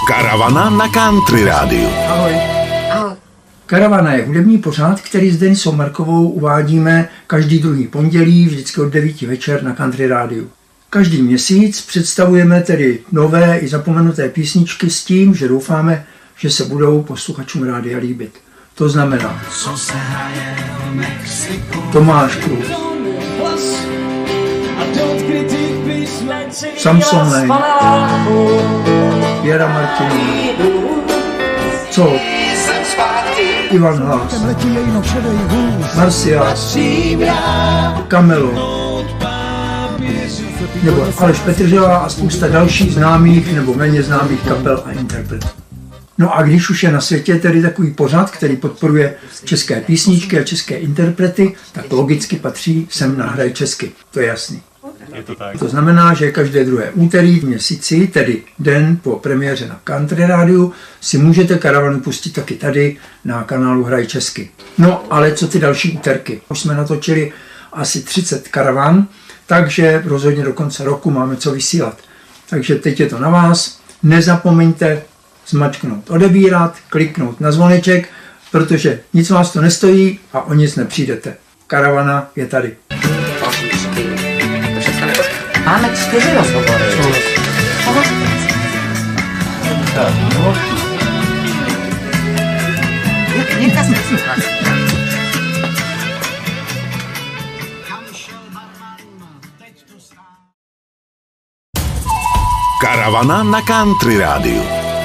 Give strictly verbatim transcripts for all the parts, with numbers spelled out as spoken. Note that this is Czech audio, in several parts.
Karavana na Country Rádiu. Ahoj. Ahoj. Karavana je hudební pořad, který s Denisou Markovou uvádíme každý druhý pondělí, vždycky od devíti večer na Country Rádiu. Každý měsíc představujeme tedy nové i zapomenuté písničky s tím, že doufáme, že se budou posluchačům rádia líbit. To znamená Tomáš Krůz, Samson Lane, Věra Martinová, Co, Ivan Hlas, Marcias, Kamelo, nebo Aleš Petržela a spousta dalších známých nebo méně známých kapel a interpretů. No a když už je na světě tedy takový pořad, který podporuje české písničky a české interprety, tak logicky patří sem na Hraj česky. To je jasný. Je to tak. To znamená, že každé druhé úterý v měsíci, tedy den po premiéře na Country Rádiu, si můžete karavanu pustit taky tady na kanálu Hraj česky. No ale co ty další úterky? Už jsme natočili asi třicet karavan, takže rozhodně do konce roku máme co vysílat. Takže teď je to na vás. Nezapomeňte zmačknout odebírat, kliknout na zvoneček, protože nic vás to nestojí a o nic nepřijdete. Karavana je tady. Máme čtyři rozhovory. Jirka Smyslík. Karavana na Country Rádiu.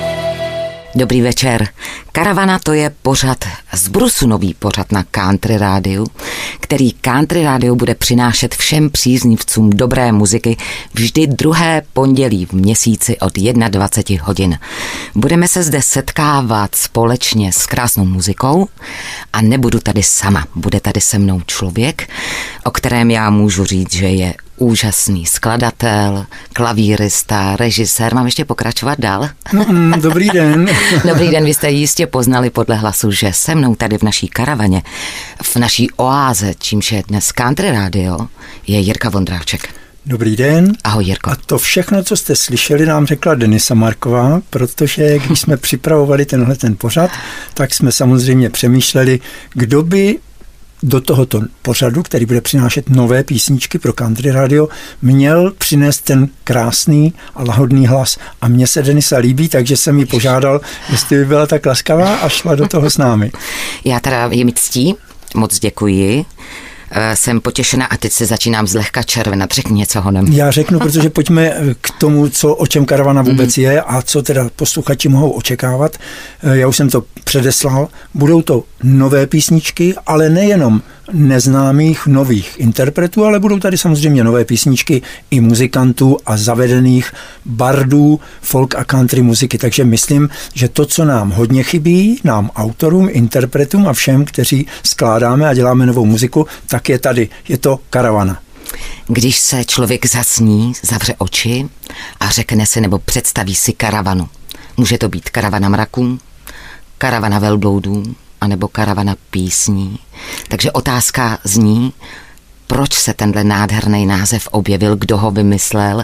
Dobrý večer. Karavana to je pořad, zbrusunový pořad na Country Rádiu, který Country Rádiu bude přinášet všem příznivcům dobré muziky vždy druhé pondělí v měsíci od dvacet jedna hodin. Budeme se zde setkávat společně s krásnou muzikou a nebudu tady sama. Bude tady se mnou člověk, o kterém já můžu říct, že je úžasný skladatel, klavírista, režisér. Mám ještě pokračovat dál? Mm, dobrý den. Dobrý den, vy jste jistě poznali podle hlasu, že se mnou tady v naší karavaně, v naší oáze, čímž je dnes Country Radio, je Jirka Vondráček. Dobrý den. Ahoj, Jirko. A to všechno, co jste slyšeli, nám řekla Denisa Marková, protože když jsme připravovali tenhle ten pořad, tak jsme samozřejmě přemýšleli, kdo by do tohoto pořadu, který bude přinášet nové písničky pro Country Radio, měl přinést ten krásný a lahodný hlas. A mně se Denisa líbí, takže jsem jí požádal, jestli by byla tak laskavá a šla do toho s námi. Já teda je mi ctí, moc děkuji. Jsem potěšená a teď se začínám zlehka červenat. Řekni něco honem. Já řeknu, protože pojďme k tomu, co, o čem karavana vůbec mm. je a co teda posluchači mohou očekávat. Já už jsem to předeslal. Budou to nové písničky, ale nejenom neznámých nových interpretů, ale budou tady samozřejmě nové písničky i muzikantů a zavedených bardů folk a country muziky. Takže myslím, že to, co nám hodně chybí, nám autorům, interpretům a všem, kteří skládáme a děláme novou muziku, tak je tady. Je to karavana. Když se člověk zasní, zavře oči a řekne si nebo představí si karavanu. Může to být karavana mraků, karavana velbloudů, anebo karavana písní. Takže otázka zní, proč se tenhle nádherný název objevil, kdo ho vymyslel?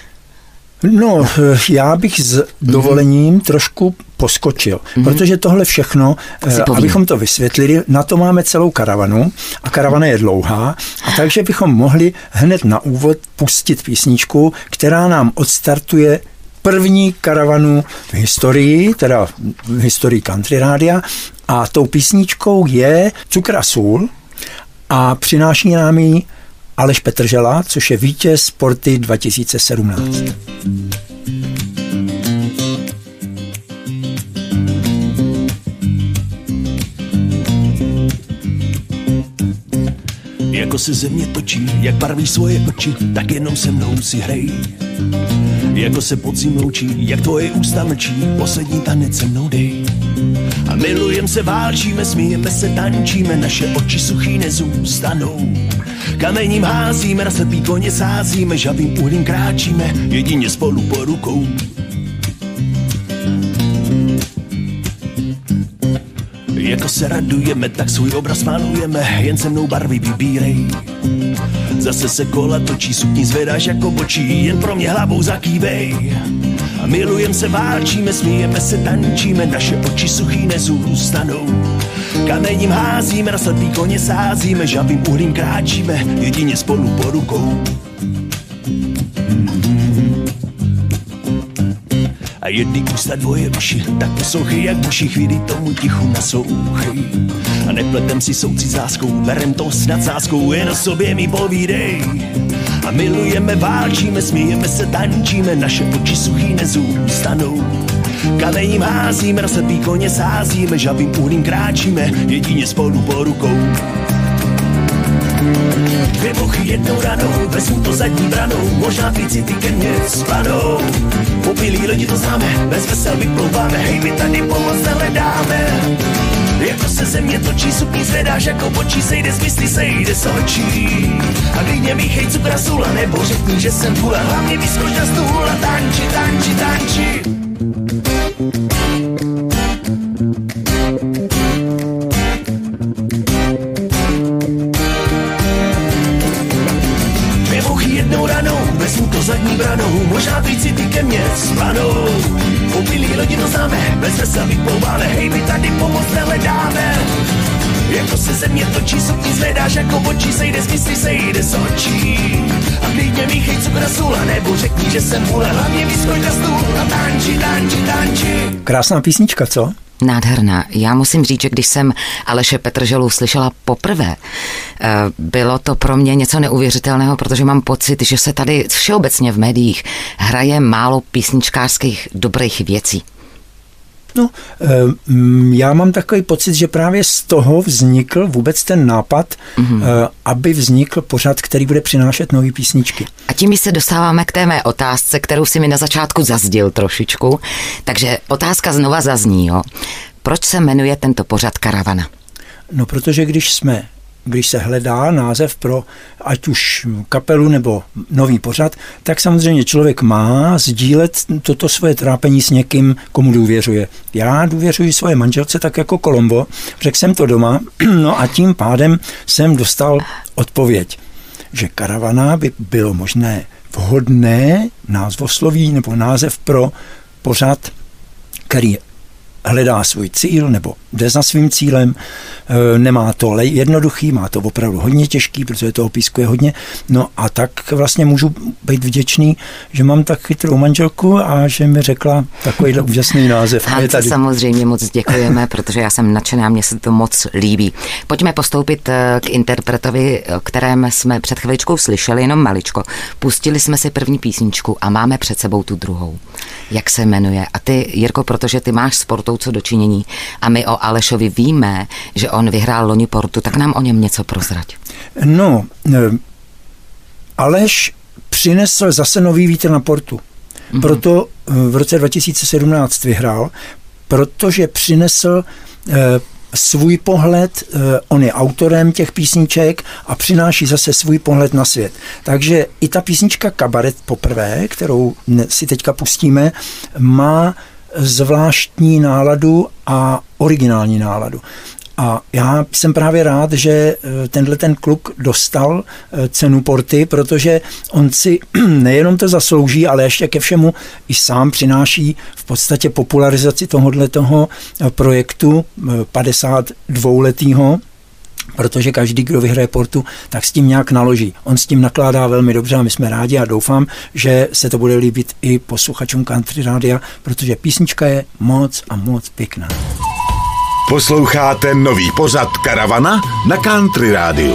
No, já bych s dovolením mm. trošku poskočil, mm. protože tohle všechno, abychom to vysvětlili, na to máme celou karavanu a karavana je dlouhá a takže bychom mohli hned na úvod pustit písničku, která nám odstartuje první karavanu v historii, teda v historii Country Rádia, a tou písničkou je Cukr a sůl a přináší nám ji Aleš Petržela, což je vítěz Sporty dva tisíce sedmnáct. Jako se země točí, jak barví svoje oči, tak jenom se mnou si hrej. Jako se podzim loučí, jak tvoje ústa mlčí, poslední tanec se mnou dej. A milujem se, válčíme, smíjeme se, tančíme, naše oči suchý nezůstanou. Kamením házíme, na slepý koně sázíme, žavým uhlím kráčíme, jedině spolu po rukou. Jako se radujeme, tak svůj obraz malujeme, jen se mnou barvy vybírej. Zase se kola točí, sukni zvedáš jako bočí, jen pro mě hlavou zakývej. A milujem se, válčíme, smíjeme se, tančíme, naše oči suchý nezůstanou. Kamením házíme, na slepý koně sázíme, žavým uhlím kráčíme, jedině spolu po rukou. A jedný ústa, dvoje uši, tak poslouchej, jak buši, chvíli tomu tichu naslouchej. A nepletem si soucí záskou, berem to s nadsázkou, jen o sobě mi povídej. A milujeme, válčíme, smíjeme se, tančíme, naše oči suchý nezůstanou. Kamením házíme, na slepý koně sázíme, žavým uhlím kráčíme, jedině spolu po rukou. Dvě mochy jednou ranou, vezmu to zadní branou, možná ty city ke mně splanou. Popilí lidi to známe, bez vesel vyplouváme, hej, my tady pomoc nehledáme. Jako se země točí, sukní zvedáš, jako očí sejde z mysli, sejde z očí. A klidně míchej cukra sůla, nebo řekni, že jsem půla, hlavně vyskoč na stůl a tanči, tanči, tanči. Dvě mouchy jednou ranou, vezmu to zadní branou, možná ty city ke mně splanou. Popilí lidi to známe, bez vesel vyplouváme, hej, my tady pomoc nehledáme. Jako se země točí, sukní zvedáš, jako očí sejde z mysli, sejde z očí. A klidně míchej cukra sůla, nebo řekni, že jsem půle, hlavně vyskoč na stůl a tanči, tanči, tanči. Krásná písnička, co? Nádherná. Já musím říct, že když jsem Aleše Petrželu slyšela poprvé, bylo to pro mě něco neuvěřitelného, protože mám pocit, že se tady všeobecně v médiích hraje málo písničkářských dobrých věcí. No, já mám takový pocit, že právě z toho vznikl vůbec ten nápad, mm-hmm. aby vznikl pořad, který bude přinášet nové písničky. A tím se dostáváme k té mé otázce, kterou si mi na začátku zazdil trošičku. Takže otázka znova zazní, jo. Proč se jmenuje tento pořad Karavana? No, protože když jsme Když se hledá název pro ať už kapelu nebo nový pořad, tak samozřejmě člověk má sdílet toto svoje trápení s někým, komu důvěřuje. Já důvěřuji svoje manželce tak jako Kolombo, řekl jsem to doma, no a tím pádem jsem dostal odpověď, že Karavana by bylo možné vhodné názvosloví nebo název pro pořad, který hledá svůj cíl nebo jde za svým cílem, nemá to jednoduchý, má to opravdu hodně těžký, protože toho písku je hodně, no a tak vlastně můžu být vděčný, že mám tak chytrou manželku a že mi řekla takovýhle úžasný název. A je tady. Samozřejmě moc děkujeme, protože já jsem nadšená, mně se to moc líbí. Pojďme postoupit k interpretovi, kterém jsme před chviličkou slyšeli, jenom maličko. Pustili jsme si první písničku a máme před sebou tu druhou. Jak se jmenuje? A ty, Jirko, protože ty máš sportou co dočinění a my o Alešovi víme, že on vyhrál loni Portu, tak nám o něm něco prozrať. No, Aleš přinesl zase nový vítr na Portu. Mm-hmm. Proto v roce dva tisíce sedmnáct vyhrál, protože přinesl eh, svůj pohled, eh, on je autorem těch písniček a přináší zase svůj pohled na svět. Takže i ta písnička Kabaret poprvé, kterou si teďka pustíme, má zvláštní náladu a originální náladu. A já jsem právě rád, že tenhle ten kluk dostal cenu Porty, protože on si nejenom to zaslouží, ale ještě ke všemu i sám přináší v podstatě popularizaci tohoto projektu padesátidvouletýho, protože každý, kdo vyhraje Portu, tak s tím nějak naloží. On s tím nakládá velmi dobře a my jsme rádi a doufám, že se to bude líbit i posluchačům Country Rádia, protože písnička je moc a moc pěkná. Posloucháte nový pořad Karavana na Country Rádiu.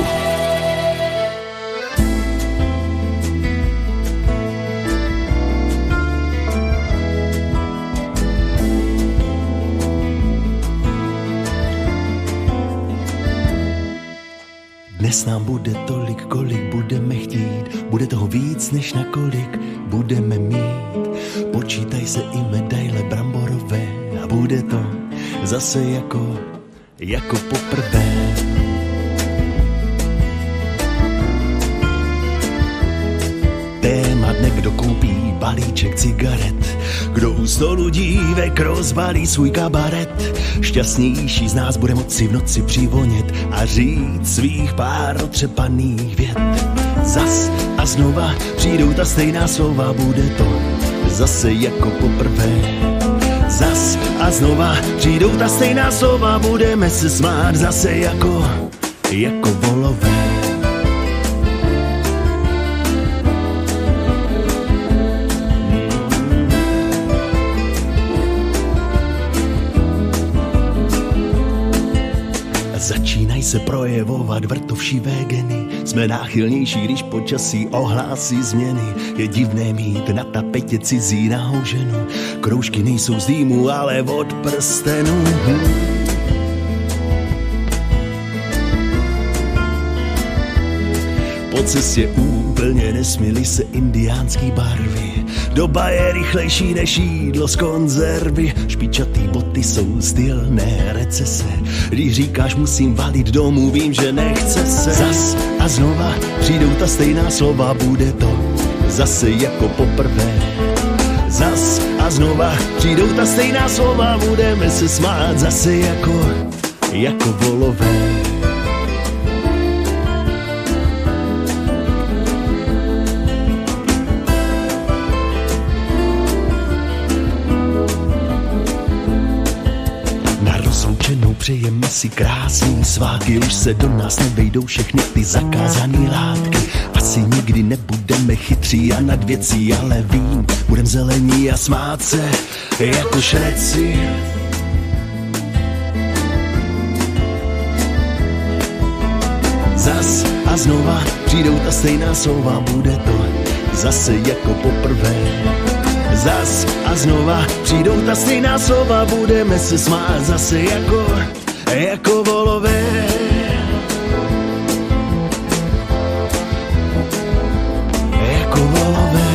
Dnes nám bude tolik, kolik budeme chtít, bude toho víc, než na kolik budeme mít. Počítaj se i medaile bramborové a bude to zase jako, jako poprvé. Téma dne, kdo koupí balíček cigaret, kdo u stolu dívek rozbalí svůj kabaret. Šťastnější z nás bude moci v noci přivonět a říct svých pár otřepaných vět. Zas a znova přijdou ta stejná slova, bude to zase jako poprvé. Zas a znova přijdou ta stejná slova, budeme se smát zase jako, jako volové. Začínají se projevovat vrtovšivé geny. Jsme náchylnější, když počasí ohlásí změny. Je divné mít na tapetě cizí nahou ženu. Kroužky nejsou z dýmu, ale od prstenů. Po cestě úplně nesměly se indiánský barvy. Doba je rychlejší než jídlo z konzervy. Špičatý boty jsou styl, ne recese. Když říkáš musím valit domů, vím, že nechce se. Zas a znova přijdou ta stejná slova, bude to zase jako poprvé. Zas a znova přijdou ta stejná slova, budeme se smát zase jako, jako volové. Přejeme si krásný svátky, už se do nás nevejdou všechny ty zakázaný látky. Asi nikdy nebudeme chytří a nad věcí, ale vím, budem zelení a smát se jako šreci. Zas a znova přijdou ta stejná slova, bude to zase jako poprvé. Zas a znova přijdou ta stejná slova, budeme se smát zase jako, jako volové. Jako volové.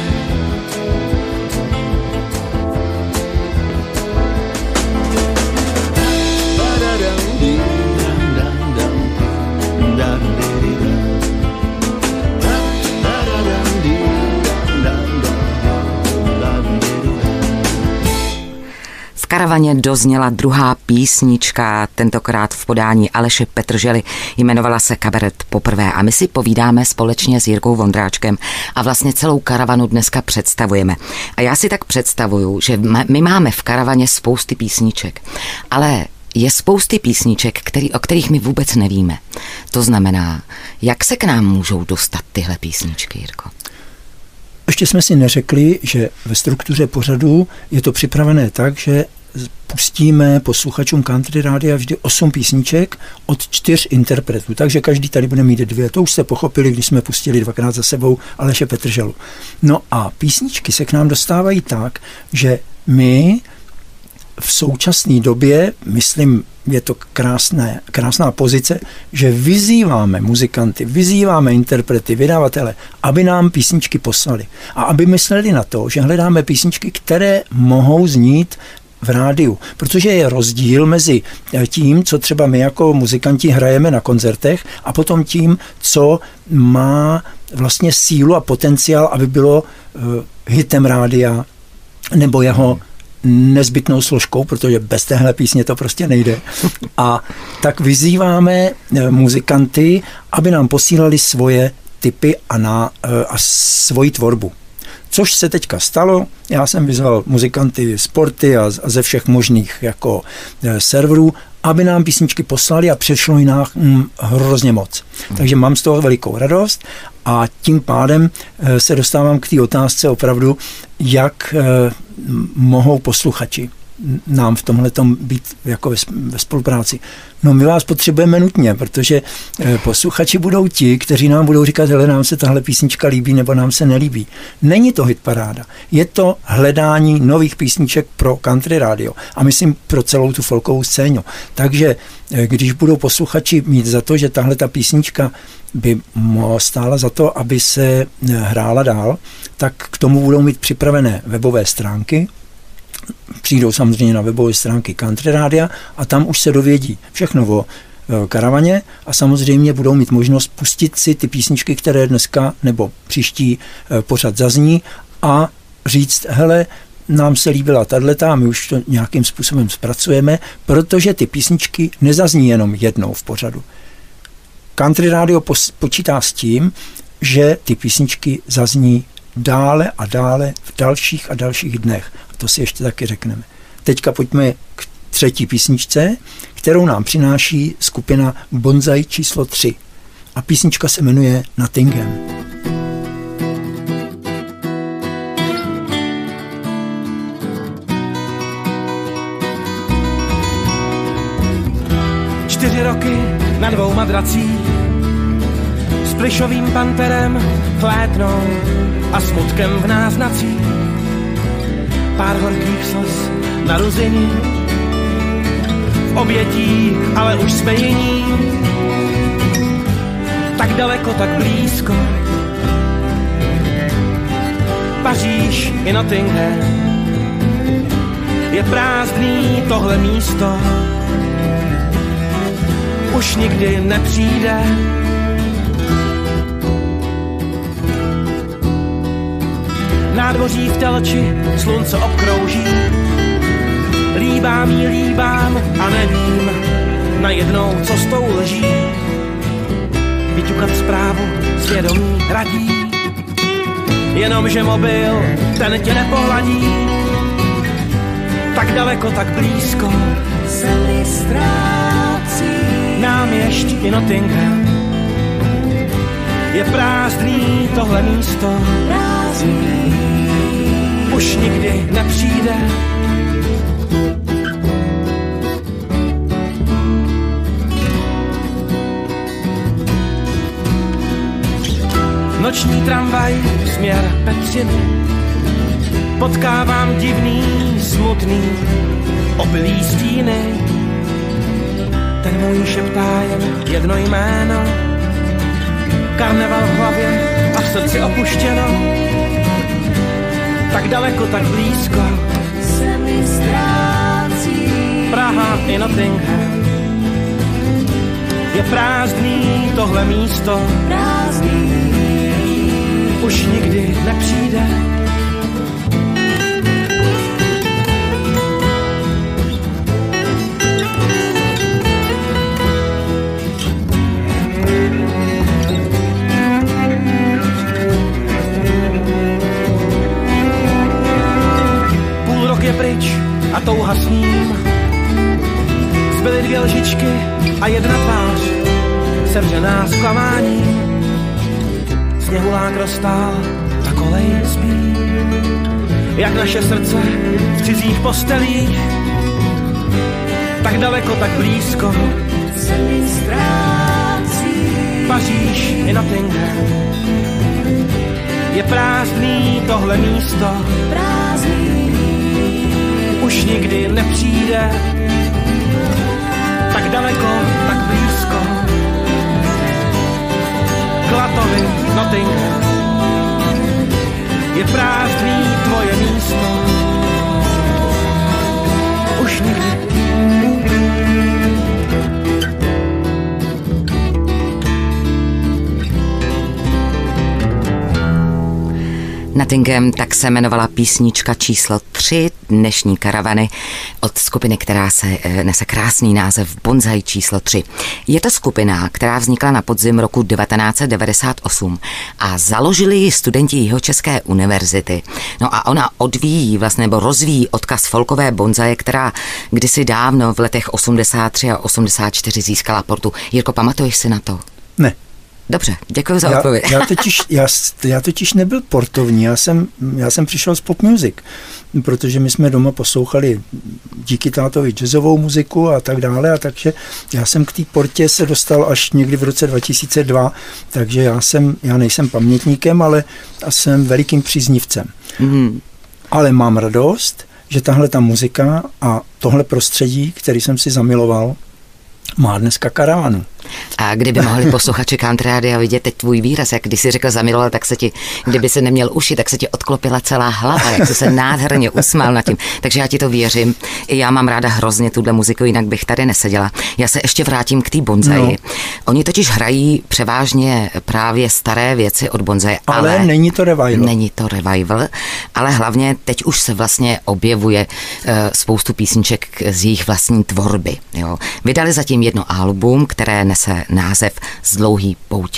V Karavaně dozněla druhá písnička, tentokrát v podání Aleše Petržely, jmenovala se Kabaret poprvé a my si povídáme společně s Jirkou Vondráčkem a vlastně celou Karavanu dneska představujeme. A já si tak představuju, že my máme v Karavaně spousty písniček, ale je spousty písniček, který, o kterých my vůbec nevíme. To znamená, jak se k nám můžou dostat tyhle písničky, Jirko? Ještě jsme si neřekli, že ve struktuře pořadu je to připravené tak, že pustíme posluchačům Country Rádia vždy osm písniček od čtyř interpretů, takže každý tady bude mít dvě. To už se pochopili, když jsme pustili dvakrát za sebou Aleše Petrželu. No a písničky se k nám dostávají tak, že my v současné době, myslím, je to krásné, krásná pozice, že vyzýváme muzikanty, vyzýváme interprety, vydavatele, aby nám písničky poslali. A aby mysleli na to, že hledáme písničky, které mohou znít v rádiu. Protože je rozdíl mezi tím, co třeba my jako muzikanti hrajeme na koncertech a potom tím, co má vlastně sílu a potenciál, aby bylo uh, hitem rádia nebo jeho nezbytnou složkou, protože bez téhle písně to prostě nejde. A tak vyzýváme muzikanty, aby nám posílali svoje tipy a, na, a svoji tvorbu. Což se teďka stalo. Já jsem vyzval muzikanty Sporty a, a ze všech možných jako serverů, aby nám písničky poslali a přešlo jinak hm, hrozně moc. Takže mám z toho velikou radost a tím pádem se dostávám k té otázce opravdu, jak mohou posluchači nám v tomhletom být jako ve, ve spolupráci. No my vás potřebujeme nutně, protože posluchači budou ti, kteří nám budou říkat, hele, nám se tahle písnička líbí nebo nám se nelíbí. Není to hitparáda. Je to hledání nových písniček pro Country Radio a myslím pro celou tu folkovou scénu. Takže když budou posluchači mít za to, že tahle ta písnička by stála za to, aby se hrála dál, tak k tomu budou mít připravené webové stránky. Přijdou samozřejmě na webové stránky Country Rádia a tam už se dovědí všechno o Karavaně a samozřejmě budou mít možnost pustit si ty písničky, které dneska nebo příští pořad zazní a říct, hele, nám se líbila tato a my už to nějakým způsobem zpracujeme, protože ty písničky nezazní jenom jednou v pořadu. Country Radio počítá s tím, že ty písničky zazní dále a dále v dalších a dalších dnech. A to si ještě taky řekneme. Teďka pojďme k třetí písničce, kterou nám přináší skupina Bonzai číslo tři. A písnička se jmenuje Nottingham. Čtyři roky na dvou madracích s plyšovým panterem, flétnou a smutkem v náznacích. Pár horkých slz na ruzení, v obětí, ale už jsme jiní. Tak daleko, tak blízko, Paříž i Nottingham. Je prázdný tohle místo, už nikdy nepřijde. Nádvoří v telči slunce obkrouží, líbám jí líbám a nevím najednou, co s tou leží. Vyťukat zprávu svědomí radí, jenomže mobil ten tě nepohladí. Tak daleko, tak blízko se mi ztrácí náměšť i Nottingham. Je prázdný tohle místo, prázdný, už nikdy nepřijde. Noční tramvaj, směr Petřiny, potkávám divný, smutný, opilý stíny. Ten můj šeptá jen jedno jméno, karneval v hlavě a v srdci opuštěno. Tak daleko, tak blízko se mi ztrácí Praha i Nottingham. Je prázdný tohle místo, prázdný, už nikdy nepřijde. Půl rok je pryč a touha s ním, zbyly dvě lžičky a jedna tvář, sevřená zklamáním. Sněhulák roztál, ta kolej spí, jak naše srdce v cizích postelích. Tak daleko, tak blízko se mi ztrácí Paříž i Nottingham. Je prázdný tohle místo, prázdný, už nikdy nepřijde. Tak daleko, tak blízko Klatovi, Nottingham. Je prázdný tvoje místo, už nikdy. Nottingham, tak se jmenovala písnička číslo tři dnešní karavany od skupiny, která se nese krásný název Bonzai číslo tři. Je to skupina, která vznikla na podzim roku devatenáct set devadesát osm a založili ji studenti Jihočeské univerzity. No a ona odvíjí vlastně, nebo rozvíjí odkaz folkové bonzaje, která kdysi dávno v letech osmdesát tři a osmdesát čtyři získala portu. Jirko, pamatuješ si na to? Ne. Dobře, děkuji za já, odpověď. Já totiž, já, já totiž nebyl portovní, já jsem, já jsem přišel z pop music, protože my jsme doma poslouchali díky tátovi jazzovou muziku a tak dále, a takže já jsem k té portě se dostal až někdy v roce dva tisíce dva, takže já jsem, já nejsem pamětníkem, ale jsem velikým příznivcem. Mm. Ale mám radost, že tahle ta muzika a tohle prostředí, který jsem si zamiloval, má dneska karavanu. A kdyby mohli posluchači Country Rádia vidět teď tvůj výraz, jak když jsi řekl zamiloval, tak se ti, kdyby se neměl uši, tak se ti odklopila celá hlava, jak jsi se nádherně usmál nad tím. Takže já ti to věřím. I já mám ráda hrozně tuhle muziku, jinak bych tady neseděla. Já se ještě vrátím k té bonzaji. No. Oni totiž hrají převážně právě staré věci od bonzaje, ale, ale není to revival. Není to revival, ale hlavně teď už se vlastně objevuje uh, spoustu písniček z jejich vlastní tvorby. Jo. Vydali zatím jedno album, které nese název Z dlouhý pouti.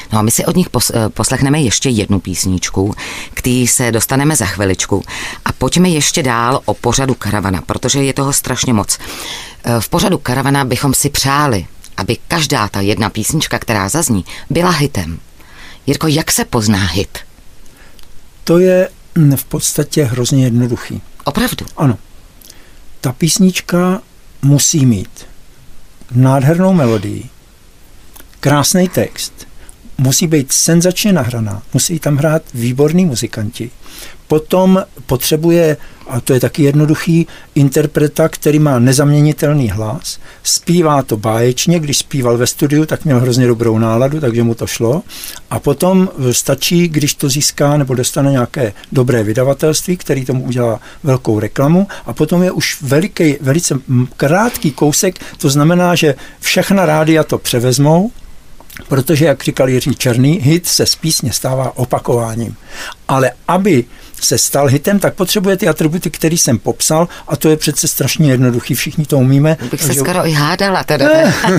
No a my si od nich poslechneme ještě jednu písničku, který se dostaneme za chviličku. A pojďme ještě dál o pořadu Karavana, protože je toho strašně moc. V pořadu Karavana bychom si přáli, aby každá ta jedna písnička, která zazní, byla hitem. Jirko, jak se pozná hit? To je v podstatě hrozně jednoduchý. Opravdu? Ano. Ta písnička musí mít nádhernou melodii, krásný text, musí být senzačně nahraná, musí tam hrát výborní muzikanti. Potom potřebuje, a to je taky jednoduchý, interpreta, který má nezaměnitelný hlas, zpívá to báječně, když zpíval ve studiu, tak měl hrozně dobrou náladu, takže mu to šlo. A potom stačí, když to získá nebo dostane nějaké dobré vydavatelství, který tomu udělá velkou reklamu, a potom je už veliký, velice krátký kousek, to znamená, že všechna rádia to převezmou, protože, jak říkal Jiří Černý, hit se z písně stává opakováním. Ale aby se stal hitem, tak potřebuje ty atributy, které jsem popsal, a to je přece strašně jednoduchý, všichni to umíme. Bych se skoro i hádala teda.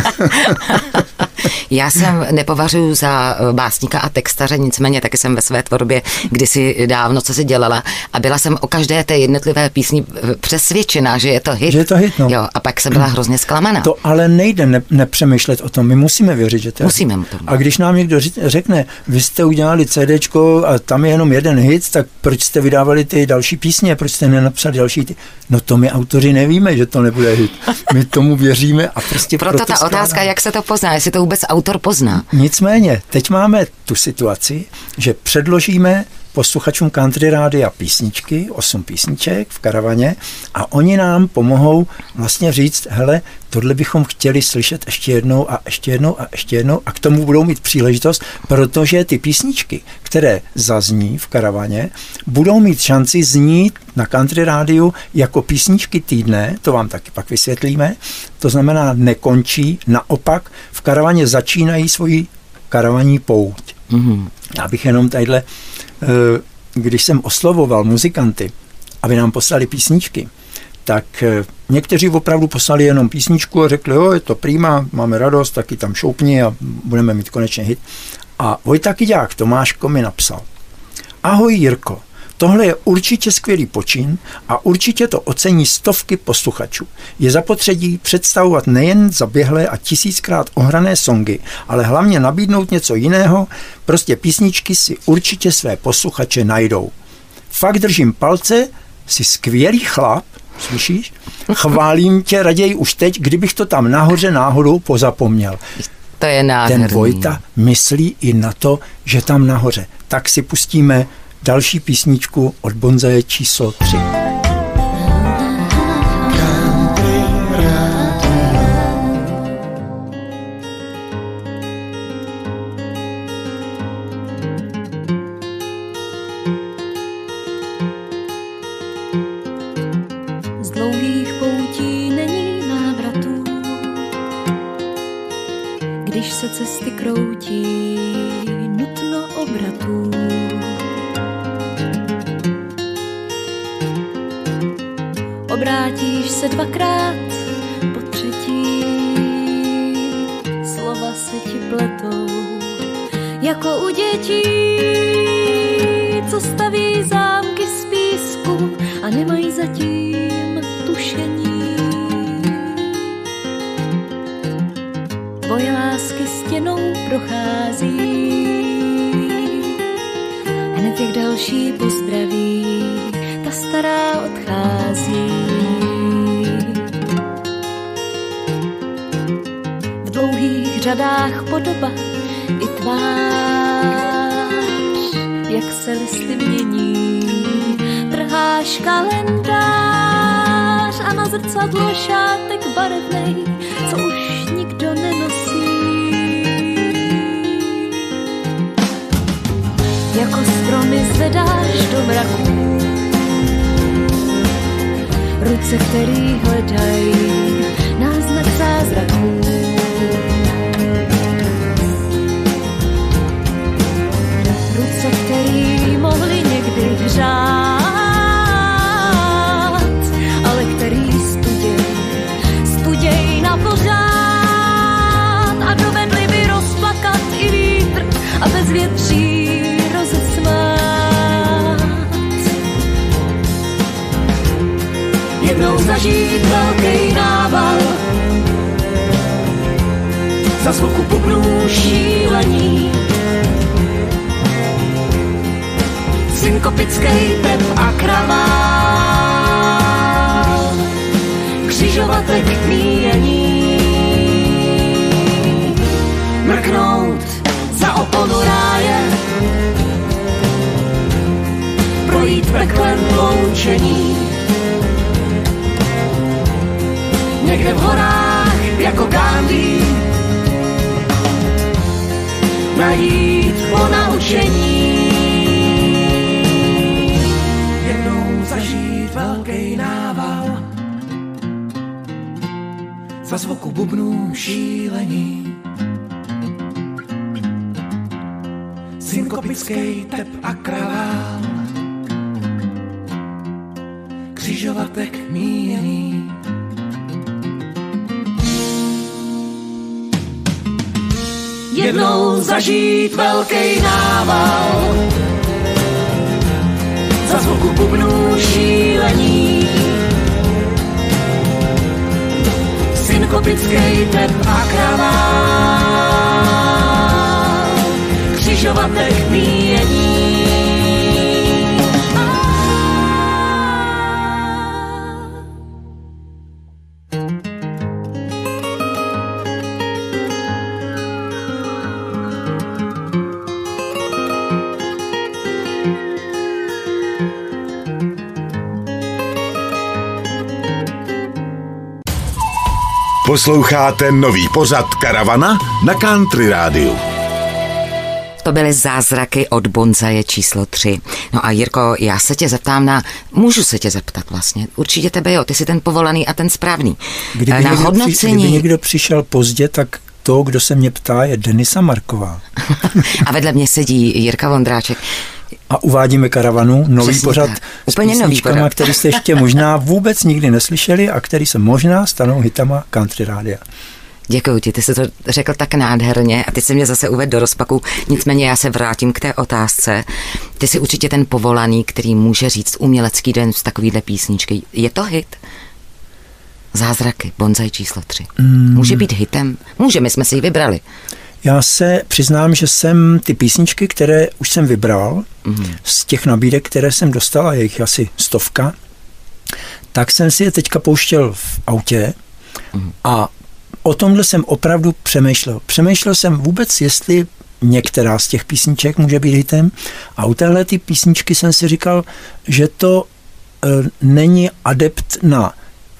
Já jsem nepovažuji za básníka a textaře, nicméně taky jsem ve své tvorbě kdysi dávno, co si dělala, a byla jsem o každé té jednotlivé písni přesvědčená, že je to hit. Že je to hit, no. Jo, a pak jsem byla hrozně zklamaná. To ale nejde ne, nepřemýšlet o tom, my musíme věřit, že to je musíme mu tomu. A když nám někdo řekne, vy jste udělali CDčko a tam je jenom jeden hit, tak proč jste vydávali ty další písně, proč jste nenapsali další ty? No to my autoři nevíme, že to nebude hit. My tomu věříme a prostě proto, proto ta skládáme. Otázka, jak se to pozná, jestli to vůbec autor pozná. Nicméně, teď máme tu situaci, že předložíme posluchačům Country Rádia písničky, osm písniček v Karavaně, a oni nám pomohou vlastně říct, hele, tohle bychom chtěli slyšet ještě jednou a ještě jednou a ještě jednou, a k tomu budou mít příležitost, protože ty písničky, které zazní v Karavaně, budou mít šanci znít na Country Rádiu jako písničky týdne, to vám taky pak vysvětlíme, to znamená nekončí, naopak v Karavaně začínají svoji karavaní pouť. Mm-hmm. Já bych jenom tadyhle, když jsem oslovoval muzikanty, aby nám poslali písničky, tak někteří opravdu poslali jenom písničku a řekli, jo, je to prima, máme radost, taky tam šoupni a budeme mít konečně hit. A Vojta Kyďák Tomáško mi napsal: ahoj Jirko, tohle je určitě skvělý počin a určitě to ocení stovky posluchačů. Je zapotřebí představovat nejen zaběhlé a tisíckrát ohrané songy, ale hlavně nabídnout něco jiného, prostě písničky si určitě své posluchače najdou. Fakt držím palce, jsi skvělý chlap, slyšíš? Chválím tě raději už teď, kdybych to tam nahoře náhodou pozapomněl. To je nádherný. Ten Vojta myslí i na to, že tam nahoře. Tak si pustíme další písničku od Bonzaje číslo tři. Z dlouhých poutí není návratu, když se cesty kroutí, nutno obratů. Obrátíš se dvakrát, po třetí slova se ti pletou, jako u dětí, co staví zámky z písku a nemají zatím tušení. Tvoje lásky stěnou prochází, hned jak další pozdraví, ta stará odchází. V dlouhých řadách podoba i tvář, jak se listy mění. Trháš kalendář a na zrcadlo šátek barevnej, co už nikdo nenosí. Jako stromy zvedáš do mraků ruce, který hledají náznak zázraků. Ruce, který mohly někdy hřát, ale který studěj, studěj na pořád a dovedli by rozplakat i vítr a jednou zažít velký nával, za zvuku bubnů šílení, synkopický tep a kravál, křižovatek míjení, mrknout za oponu ráje, projít peklem loučení, někde v horách jako Gandhi, najít po naučení, jednou zažít velký nával, za zvuku bubnů šílení, synkopický tep a kravál, křižovatek míjený. Jednou zažít velký nával, za zvuku bubnů šílení, synkopický tep a kravál, křižovatek míjení. Posloucháte nový pořad Karavana na Country Rádiu. To byly zázraky od Bonzaje číslo tři. No a Jirko, já se tě zeptám na, můžu se tě zeptat vlastně, určitě tebe jo, ty jsi ten povolaný a ten správný. Kdyby, na někdo, hodnocení... při, kdyby někdo přišel pozdě, tak to, kdo se mě ptá, je Denisa Marková. A vedle mě sedí Jirka Vondráček. A uvádíme Karavanu, nový Přesně pořad tak. s Úplně nový pořad, který jste ještě možná vůbec nikdy neslyšeli a který se možná stanou hitama Country Rádia. Děkuji ti, ty jsi to řekl tak nádherně a ty jsi mě zase uvedl do rozpaku. Nicméně já se vrátím k té otázce. Ty jsi určitě ten povolaný, který může říct umělecký den z takovýhle písničky. Je to hit? Zázraky, Bonzaj číslo tři. Mm. Může být hitem? Může, my jsme si ji vybrali. Já se přiznám, že jsem ty písničky, které už jsem vybral, mm. z těch nabídek, které jsem dostal, a je jich asi stovka, tak jsem si je teďka pouštěl v autě mm. a o tomhle jsem opravdu přemýšlel. Přemýšlel jsem vůbec, jestli některá z těch písniček může být hitem, a u téhle ty písničky jsem si říkal, že to e, není adept na e,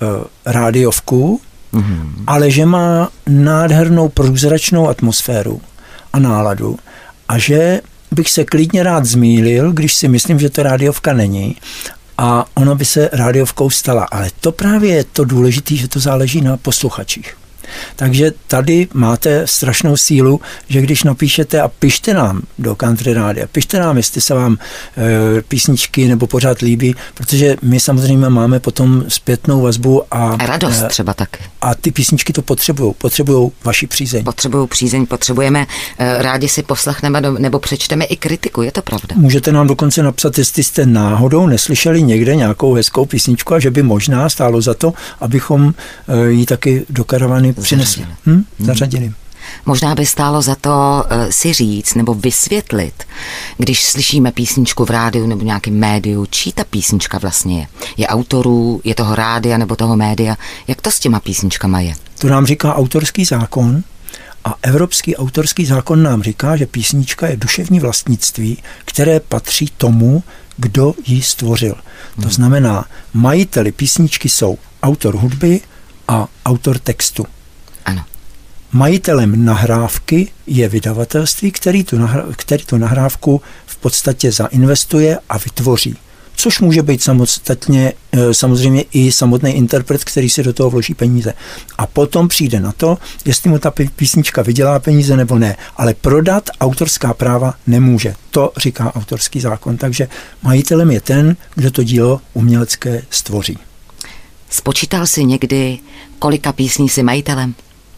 rádiovku, mm. ale že má nádhernou průzračnou atmosféru a náladu a že bych se klidně rád zmýlil, když si myslím, že to rádiovka není a ona by se rádiovkou stala. Ale to právě je to důležité, že to záleží na posluchačích. Takže tady máte strašnou sílu, že když napíšete a pište nám do Country Rádia, pište nám, jestli se vám e, písničky nebo pořád líbí, protože my samozřejmě máme potom zpětnou vazbu a, a radost e, třeba taky. A ty písničky to potřebují, potřebují vaši přízeň. Potřebují přízeň, potřebujeme, e, rádi si poslechneme nebo přečteme i kritiku, je to pravda. Můžete nám dokonce napsat, jestli jste náhodou neslyšeli někde nějakou hezkou písničku a že by možná stálo za to, abychom e, ji taky do Karavany přinesli. Hm? Zařadili. Možná by stálo za to uh, si říct nebo vysvětlit, když slyšíme písničku v rádiu nebo nějakém médiu, čí ta písnička vlastně je. Je autorů, je toho rádia nebo toho média. Jak to s těma písničkama je? To nám říká autorský zákon a evropský autorský zákon nám říká, že písnička je duševní vlastnictví, které patří tomu, kdo ji stvořil. Hmm. To znamená, majiteli písničky jsou autor hudby a autor textu. Ano. Majitelem nahrávky je vydavatelství, který tu, nahrá, který tu nahrávku v podstatě zainvestuje a vytvoří. Což může být samostatně, samozřejmě i samotný interpret, který si do toho vloží peníze. A potom přijde na to, jestli mu ta písnička vydělá peníze nebo ne. Ale prodat autorská práva nemůže. To říká autorský zákon. Takže majitelem je ten, kdo to dílo umělecké stvoří. Spočítal jsi někdy, kolika písní jsi majitelem?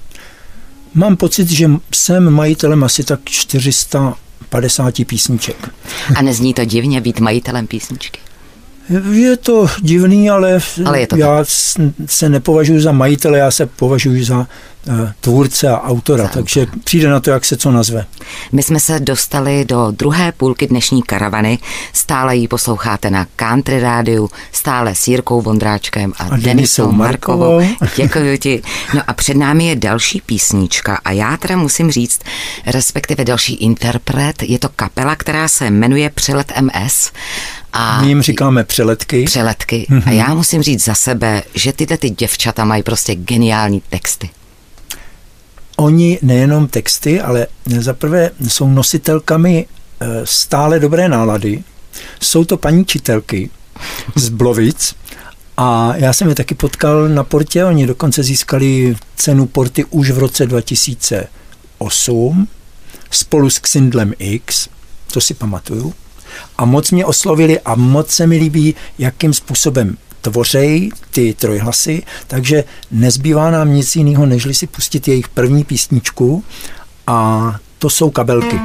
Mám pocit, že jsem majitelem asi tak čtyři sta padesát písniček. A nezní to divně být majitelem písničky? Je to divný, ale, ale je to já tak. se nepovažuji za majitele, já se považuji za uh, tvůrce a autora, za takže autora. Přijde na to, jak se co nazve. My jsme se dostali do druhé půlky dnešní karavany, stále ji posloucháte na Country Rádiu, stále s Jirkou Vondráčkem a, a Denisou Markovou. Děkuji ti. No a před námi je další písnička a já teda musím říct, respektive další interpret, je to kapela, která se jmenuje Přelet M S. A my jim říkáme přeletky. Přeletky. Mm-hmm. A já musím říct za sebe, že tyhle ty děvčata mají prostě geniální texty. Oni nejenom texty, ale zaprvé jsou nositelkami stále dobré nálady. Jsou to paní čitelky z Blovic a já jsem je taky potkal na Portě. Oni dokonce získali cenu Porty už v roce dva tisíce osm spolu s Xindlem X, to si pamatuju. A moc mě oslovili a moc se mi líbí, jakým způsobem tvořejí ty trojhlasy, takže nezbývá nám nic jiného, nežli si pustit jejich první písničku a to jsou Kabelky.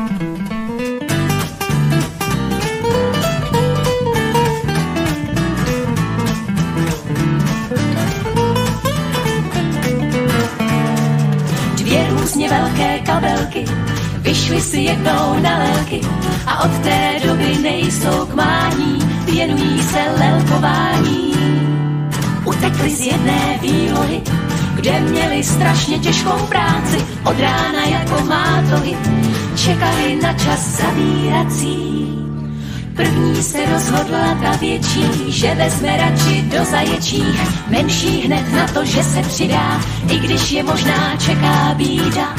Dvě různě velké kabelky vyšly si jednou na lelky a od té doby nejsou k mání, věnují se lelkování. Utekli z jedné výlohy, kde měli strašně těžkou práci, od rána jako mátohy, čekali na čas zavírací. První se rozhodla ta větší, že vezme radši do zaječích, menší hned na to, že se přidá, i když je možná čeká bída.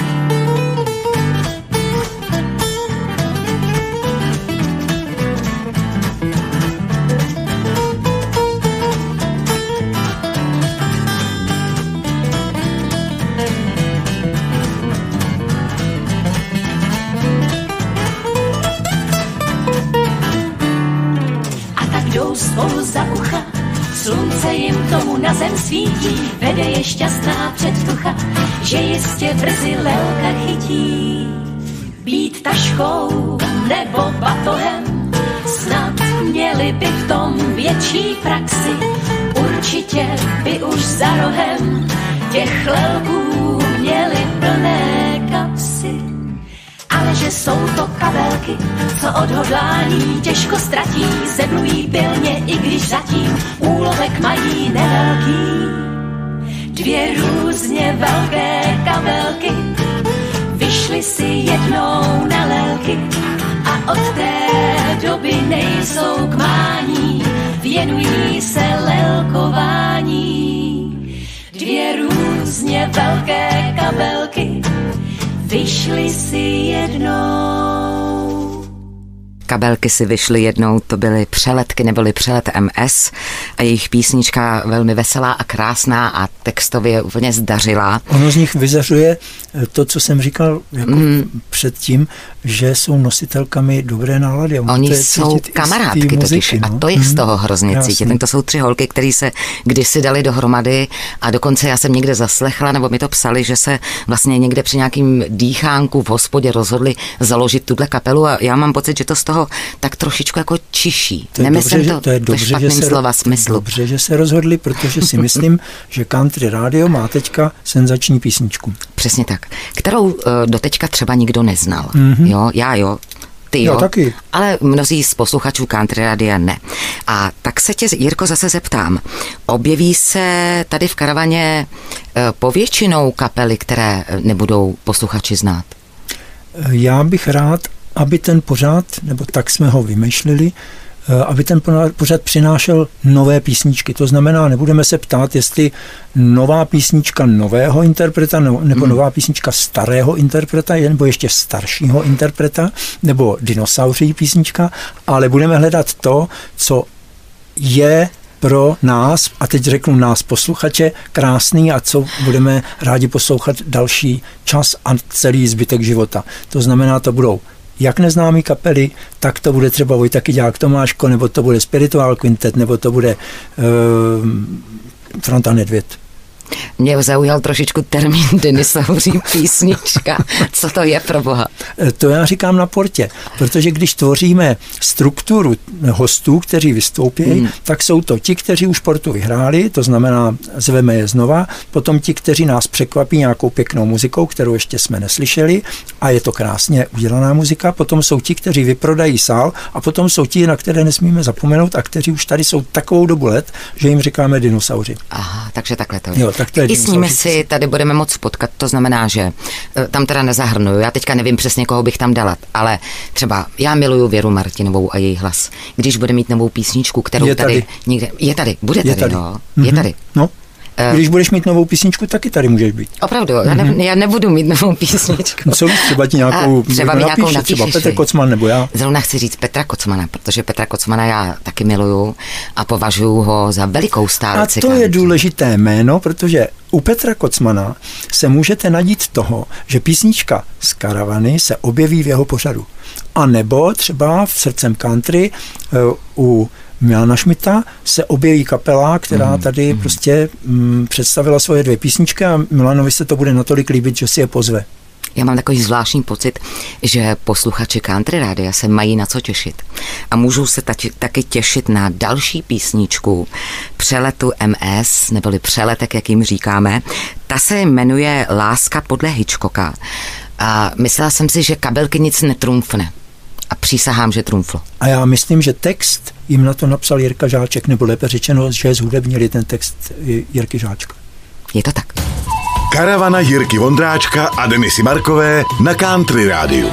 Spolu za ucha, slunce jim tomu na zem svítí, vede je šťastná předtucha, že jistě brzy lelka chytí. Být taškou nebo batohem, snad měli by v tom větší praxi, určitě by už za rohem těch lelků měli plné kapsy. Ale že jsou to kabelky, co odhodlání těžko ztratí, zeblují pilně, i když zatím úlovek mají nevelký. Dvě různě velké kabelky vyšly si jednou na lelky a od té doby nejsou k mání, věnují se lelkování. Dvě různě velké kabelky vyšly si jednou. Kabelky si vyšly jednou, to byly Přeletky, neboli Přelet M S a jejich písnička velmi veselá a krásná a textově úplně zdařilá. Ono z nich vyzařuje to, co jsem říkal jako mm. předtím, že jsou nositelkami dobré nálady. Oni jsou kamarádky totiž no? a to je z toho hrozně Jasný. cítit. To jsou tři holky, které se kdysi dali dohromady a dokonce já jsem někde zaslechla, nebo mi to psali, že se vlastně někde při nějakým dýchánku v hospodě rozhodli založit tuhle kapelu a já mám pocit, že to z toho tak trošičku jako čiší. To Nemyslím dobře, to, to je dobře, ve špatným se, slova smyslu. Dobře, že se rozhodli, protože si myslím, že Country Radio má teďka senzační písničku. Přesně tak. Kterou uh, doteďka třeba nikdo neznal. Mm-hmm. Jo, já jo. Ty jo, já taky. Ale mnozí z posluchačů Country Radia ne. A tak se tě, Jirko, zase zeptám. Objeví se tady v karavaně uh, povětšinou kapely, které nebudou posluchači znát? Já bych rád, aby ten pořad, nebo tak jsme ho vymýšleli, aby ten pořad přinášel nové písničky. To znamená, nebudeme se ptát, jestli nová písnička nového interpreta, nebo nová písnička starého interpreta, nebo ještě staršího interpreta, nebo dinosauří písnička, ale budeme hledat to, co je pro nás, a teď řeknu nás posluchače, krásný a co budeme rádi poslouchat další čas a celý zbytek života. To znamená, to budou jak neznámý kapely, tak to bude třeba Vojta Kyďák Tomáško, nebo to bude Spiritual Quintet, nebo to bude uh, Franta Nedvěd. Mě zaujal trošičku termín dinosauří písnička. Co to je pro boha? To já říkám na portě, protože když tvoříme strukturu hostů, kteří vystoupí, hmm. tak jsou to ti, kteří už portu vyhráli, to znamená zveme je znova, potom ti, kteří nás překvapí nějakou pěknou muzikou, kterou ještě jsme neslyšeli a je to krásně udělaná muzika, potom jsou ti, kteří vyprodají sál a potom jsou ti, na které nesmíme zapomenout a kteří už tady jsou takovou dobu let, že jim říkáme dinosauři. Aha, takže takhle to je. Jo, tak to je I s nimi si tady budeme moc potkat, to znamená, že tam teda nezahrnuju, já teďka nevím přesně, koho bych tam dala, ale třeba já miluju Věru Martinovou a její hlas. Když bude mít novou písničku, kterou je tady, tady někde, je tady, bude je tady, tady. no, Mm-hmm. je tady. No. Když budeš mít novou písničku, taky tady můžeš být. Opravdu, já, ne, já nebudu mít novou písničku. No co víš, třeba ti nějakou a třeba mi napíše, nějakou napíšeš, třeba Petr Kocman nebo já. Zrovna chci říct Petra Kocmana, protože Petra Kocmana já taky miluju a považuji ho za velikou stálici. A to je důležité jméno, protože u Petra Kocmana se můžete nadít toho, že písnička z Karavany se objeví v jeho pořadu. A nebo třeba v Srdcem country u Milana Šmita se objeví kapela, která tady mm, prostě mm, představila svoje dvě písničky a Milanovi se to bude natolik líbit, že si je pozve. Já mám takový zvláštní pocit, že posluchači Country Rádia se mají na co těšit. A můžou se tači, taky těšit na další písničku Přeletu M S, neboli Přeletek, jak jim říkáme. Ta se jmenuje Láska podle Hitchcocka. A myslela jsem si, že kabelky nic netrumfne. A přísahám, že trumflo. A já myslím, že text jim na to napsal Jirka Žáček, nebo lépe řečeno, že zhudebnili ten text Jirky Žáčka. Je to tak. Karavana Jirky Vondráčka a Denisy Markové na Country Rádiu.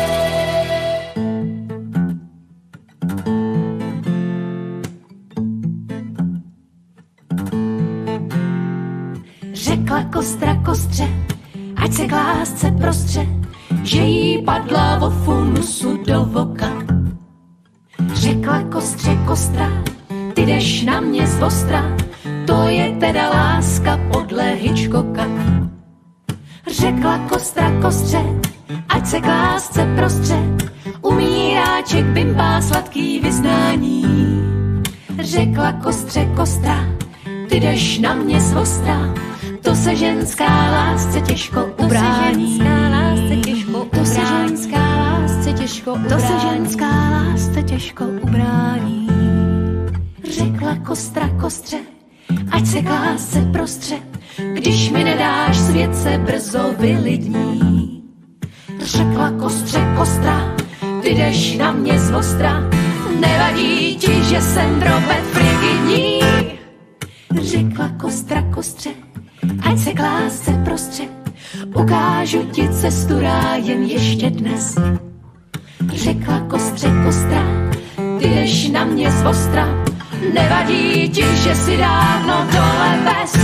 Řekla kostra kostře, ať se k lásce prostře, že jí padla vo funusu do voka. Řekla kostře kostra, ty jdeš na mě z ostra, to je teda láska podle Hitchcocka. Řekla kostra kostře, ať se k lásce prostře, umíráček bimbá sladký vyznání. Řekla kostře kostra, ty jdeš na mě z ostra, to se ženská lásce těžko ubrání. To se ženská lásce těžko ubrání. To se ženská lásce těžko ubrání. Řekla kostra kostře, ať se k lásce prostře, když mi nedáš, svět se brzo vylidní. Řekla kostře kostra, ty jdeš na mě z ostra, nevadí ti, že jsem drobe frigidní. Řekla kostra kostře, ať se k lásce prostře, ukážu ti cestu rájem ještě dnes. Řekla kostře kostra, ty jdeš na mě z ostra, nevadí ti, že si dávno dole bez.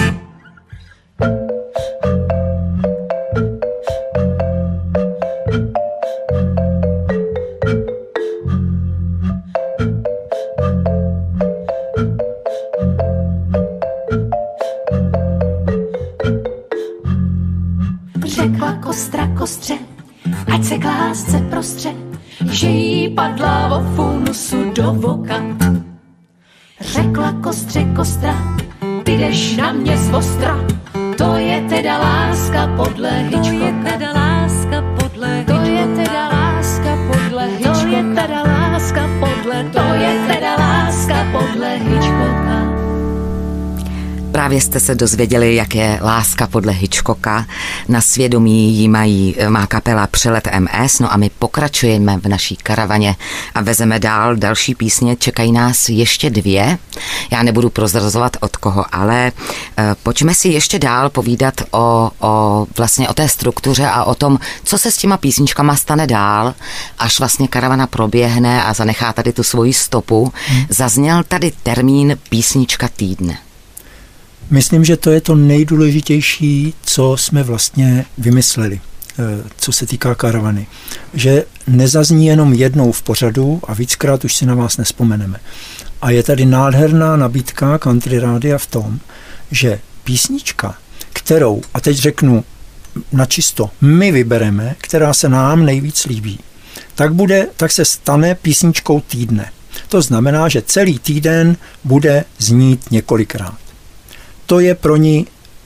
Řekla kostra kostře, ať se k lásce prostře, že jí padla vo funusu do voka. Řekla kostře kostra, ty jdeš na mě z ostra, to je teda láska podle Hitchcocka. To je teda láska podle Hitchcocka. To je teda láska podle Hitchcocka. To je teda láska podle, to je teda láska podle Hitchcocka. Právě jste se dozvěděli, jak je láska podle Hitchcocka. Na svědomí jí mají, má kapela Přelet M S, no a my pokračujeme v naší karavaně a vezeme dál další písně. Čekají nás ještě dvě. Já nebudu prozrazovat od koho, ale uh, pojďme si ještě dál povídat o, o, vlastně o té struktuře a o tom, co se s těma písničkama stane dál, až vlastně karavana proběhne a zanechá tady tu svoji stopu. Hmm. Zazněl tady termín písnička týdne. Myslím, že to je to nejdůležitější, co jsme vlastně vymysleli, co se týká karavany. Že nezazní jenom jednou v pořadu a víckrát už si na vás nespomeneme. A je tady nádherná nabídka Country Rádia v tom, že písnička, kterou, a teď řeknu načisto, my vybereme, která se nám nejvíc líbí, tak, bude, tak se stane písničkou týdne. To znamená, že celý týden bude znít několikrát. To je pro ní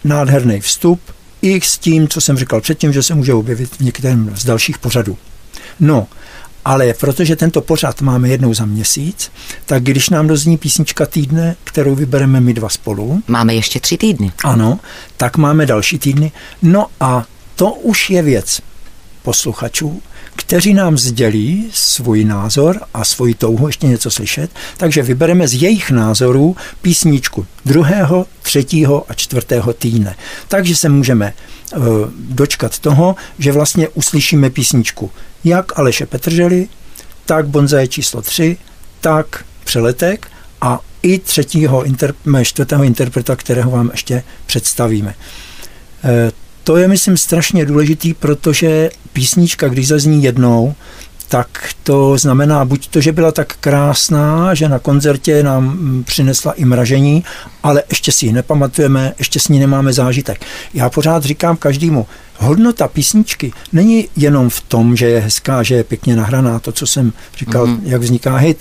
nádherný vstup, i s tím, co jsem říkal předtím, že se může objevit v některém z dalších pořadů. No, ale protože tento pořad máme jednou za měsíc, tak když nám dozní písnička týdne, kterou vybereme my dva spolu. Máme ještě tři týdny. Ano, tak máme další týdny. No a to už je věc posluchačů, kteří nám sdělí svůj názor a svoji touhu ještě něco slyšet, takže vybereme z jejich názorů písničku druhého, třetího a čtvrtého týdne. Takže se můžeme uh, dočkat toho, že vlastně uslyšíme písničku jak Aleše Petržely, tak Bonzaje číslo tři, tak Přeletek a i třetího, interp- čtvrtého interpreta, kterého vám ještě představíme. Uh, To je, myslím, strašně důležitý, protože písnička, když zazní jednou, tak to znamená buď to, že byla tak krásná, že na koncertě nám přinesla i mražení, ale ještě si ji nepamatujeme, ještě s ní nemáme zážitek. Já pořád říkám každému, hodnota písničky není jenom v tom, že je hezká, že je pěkně nahraná, to, co jsem říkal, mm-hmm. jak vzniká hit,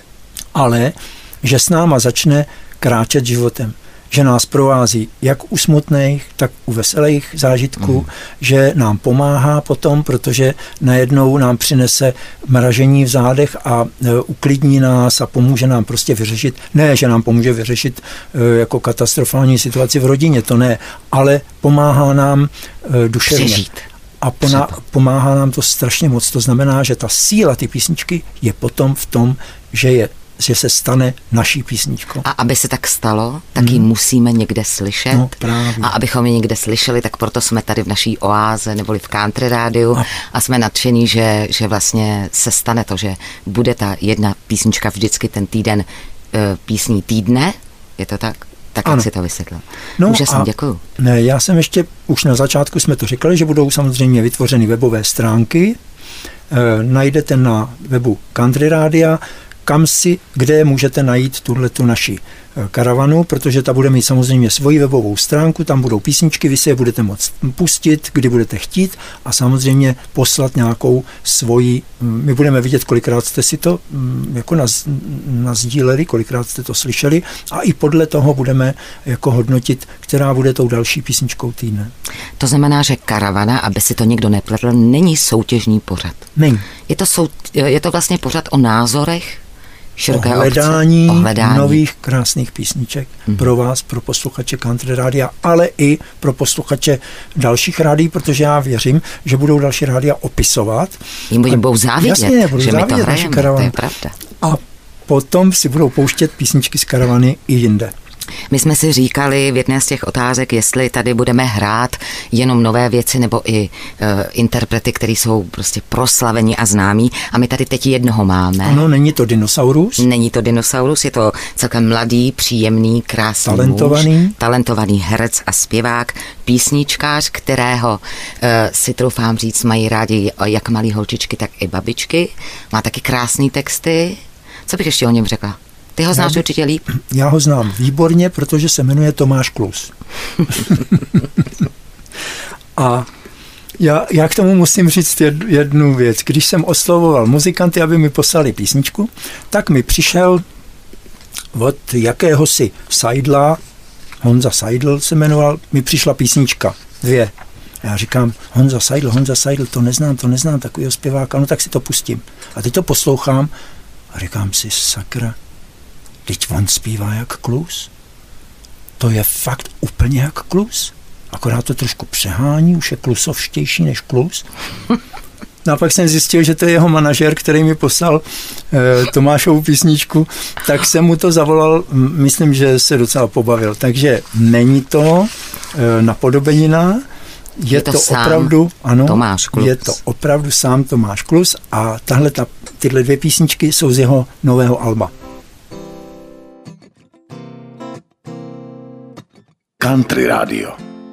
ale že s náma začne kráčet životem. Že nás provází jak u smutných, tak u veselých zážitků, mm. že nám pomáhá potom, protože najednou nám přinese mražení v zádech a e, uklidní nás a pomůže nám prostě vyřešit, ne, že nám pomůže vyřešit e, jako katastrofální situaci v rodině, to ne, ale pomáhá nám e, duševně. Přežít. A pona, pomáhá nám to strašně moc. To znamená, že ta síla ty písničky je potom v tom, že je že se stane naší písničkou. A aby se tak stalo, tak ji hmm. musíme někde slyšet. No, právě. A abychom ji někde slyšeli, tak proto jsme tady v naší oáze neboli v Country Rádiu a, a jsme nadšení, že, že vlastně se stane to, že bude ta jedna písnička vždycky ten týden e, písní týdne. Je to tak? Tak jak si to vysvětlil. No úžasně, děkuju. Ne, já jsem ještě, už na začátku jsme to říkali, že budou samozřejmě vytvořeny webové stránky. E, najdete na webu Country Rádia, kam si, kde můžete najít tuhletu naši karavanu, protože ta bude mít samozřejmě svoji webovou stránku, tam budou písničky, vy si je budete moct pustit, kdy budete chtít a samozřejmě poslat nějakou svoji, my budeme vidět, kolikrát jste si to jako naz, nazdíleli, kolikrát jste to slyšeli a i podle toho budeme jako hodnotit, která bude tou další písničkou týdne. To znamená, že karavana, aby si to někdo nepletl, není soutěžní pořad. Není. Je to, sou, je to vlastně pořad o názorech, o hledání, o hledání nových krásných písniček mm. pro vás, pro posluchače Country Rádia, ale i pro posluchače dalších rádií, protože já věřím, že budou další rádia opisovat. Jim budou závidět, jasně, budou že my závidět to hrajeme, to je pravda. A potom si budou pouštět písničky z karavany i jinde. My jsme si říkali v jedné z těch otázek, jestli tady budeme hrát jenom nové věci nebo i uh, interprety, který jsou prostě proslavení a známí. A my tady teď jednoho máme. Ano, není to Dinosaurus. Není to Dinosaurus, je to celkem mladý, příjemný, krásný talentovaný. muž, talentovaný herec a zpěvák, písničkář, kterého uh, si troufám říct, mají rádi jak malí holčičky, tak i babičky. Má taky krásný texty. Co bych ještě o něm řekla? Ty ho znáš já, určitě líp. Já ho znám výborně, protože se jmenuje Tomáš Klus. A já, já k tomu musím říct jednu věc. Když jsem oslovoval muzikanty, aby mi poslali písničku, tak mi přišel od jakéhosi Seidla, Honza Seidl se jmenoval, mi přišla písnička, dvě. Já říkám, Honza Seidl, Honza Seidl, to neznám, to neznám, takovýho zpěváka, no tak si to pustím. A teď to poslouchám a říkám si, sakra, teď on zpívá jak Klus. To je fakt úplně jak Klus. Akorát to trošku přehání, už je klusovštější než Klus. No a pak jsem zjistil, že to je jeho manažer, který mi poslal e, Tomášovu písničku, tak jsem mu to zavolal, myslím, že se docela pobavil. Takže není to e, napodobenina, je, je to, to opravdu, ano, Tomáš Klus. Je to opravdu sám Tomáš Klus a tahle, ta, tyhle dvě písničky jsou z jeho nového alba. Country Rádio.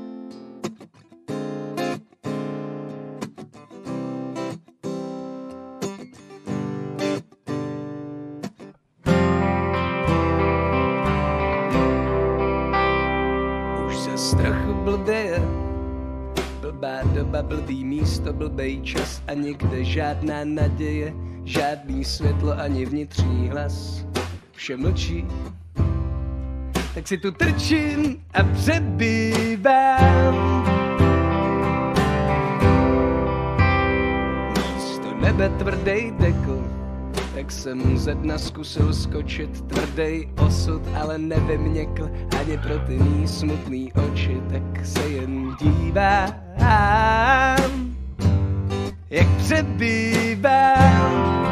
Už se strach blbě, blbá doba, blbý místo, blbej čas a nikde žádná naděje, žádný světlo ani vnitřní hlas. Vše mlčí, tak si tu trčím a přebývám. Místo nebe tvrdej dekl, tak jsem ze dna zkusil skočit, tvrdej osud, ale nevyměkl ani pro ty mý smutný oči, tak se jen dívám, jak přebývám.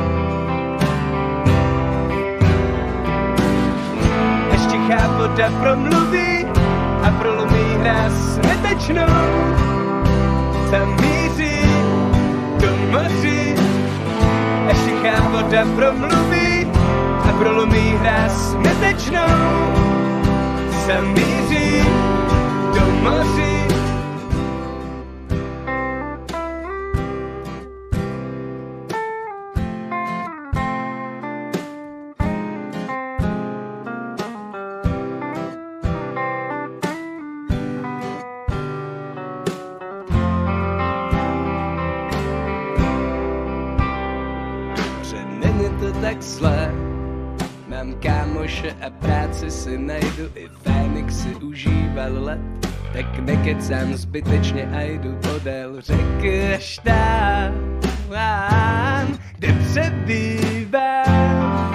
Až tichá voda promluví a prolomí hráz netečnou, tam míří do moří. Až tichá voda promluví a prolomí hráz netečnou, tam míří do moří. Tak zlé, mám kámoše a práci si najdu, i Fénix si užíval let, tak nekecám zbytečně a jdu podél řeky až tam, kde přebývám.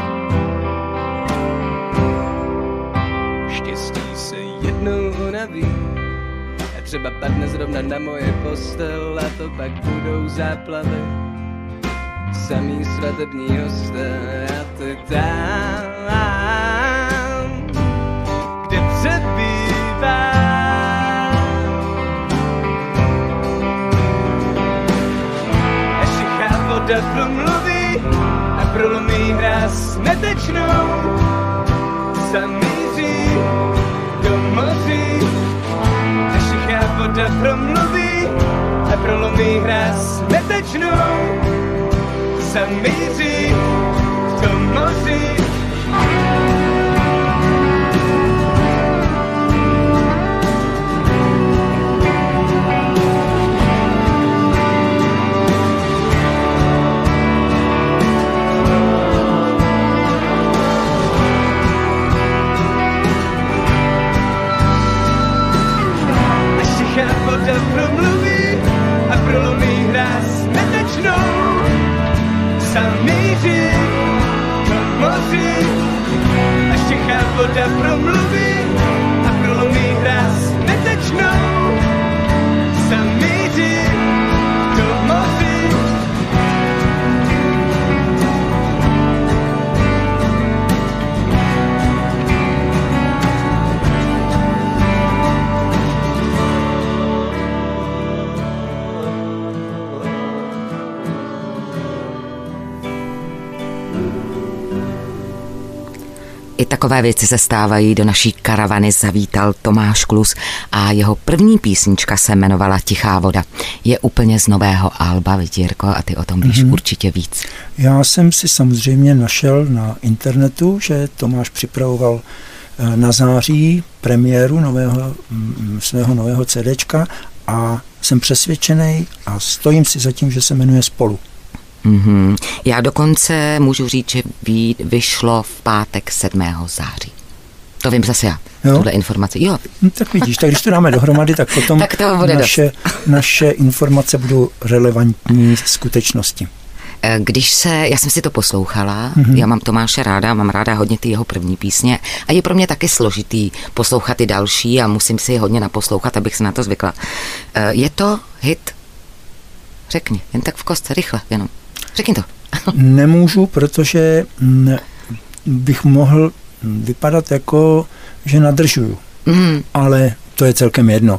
Štěstí se jednou unaví a třeba padne zrovna na moje postel a to pak budou záplavy. Samý svatební hosté a ty tam, kde přebývám. Až tichá voda promluví a prolomí hráz netečnou, zamíří do moří. Až tichá voda promluví a prolomí hráz netečnou, zamíří do moří. Až tichá voda promluví a prolomí hráz netečnou, zamíří do moří. Až tichá voda promluví a prolomí hráz netečnou, zamíří do moří. I takové věci se stávají. Do naší karavany zavítal Tomáš Klus a jeho první písnička se jmenovala Tichá voda. Je úplně z nového alba, vidí, Jirko, a ty o tom víš mm-hmm. určitě víc. Já jsem si samozřejmě našel na internetu, že Tomáš připravoval na září premiéru nového, svého nového CDčka a jsem přesvědčený a stojím si za tím, že se jmenuje Spolu. Mm-hmm. Já dokonce můžu říct, že vy, vyšlo v pátek sedmého září. To vím zase já, jo? Tuhle informace. Jo. No, tak vidíš, tak když to dáme dohromady, tak potom tak to bude naše, naše informace budou relevantní skutečnosti. Když se, já jsem si to poslouchala, mm-hmm. já mám Tomáše ráda, mám ráda hodně ty jeho první písně a je pro mě taky složitý poslouchat ty další a musím si je hodně naposlouchat, abych se na to zvykla. Je to hit? Řekni, jen tak v kostce, rychle, jenom. Řekni to. Nemůžu, protože bych mohl vypadat jako, že nadržuju. Mm. Ale to je celkem jedno.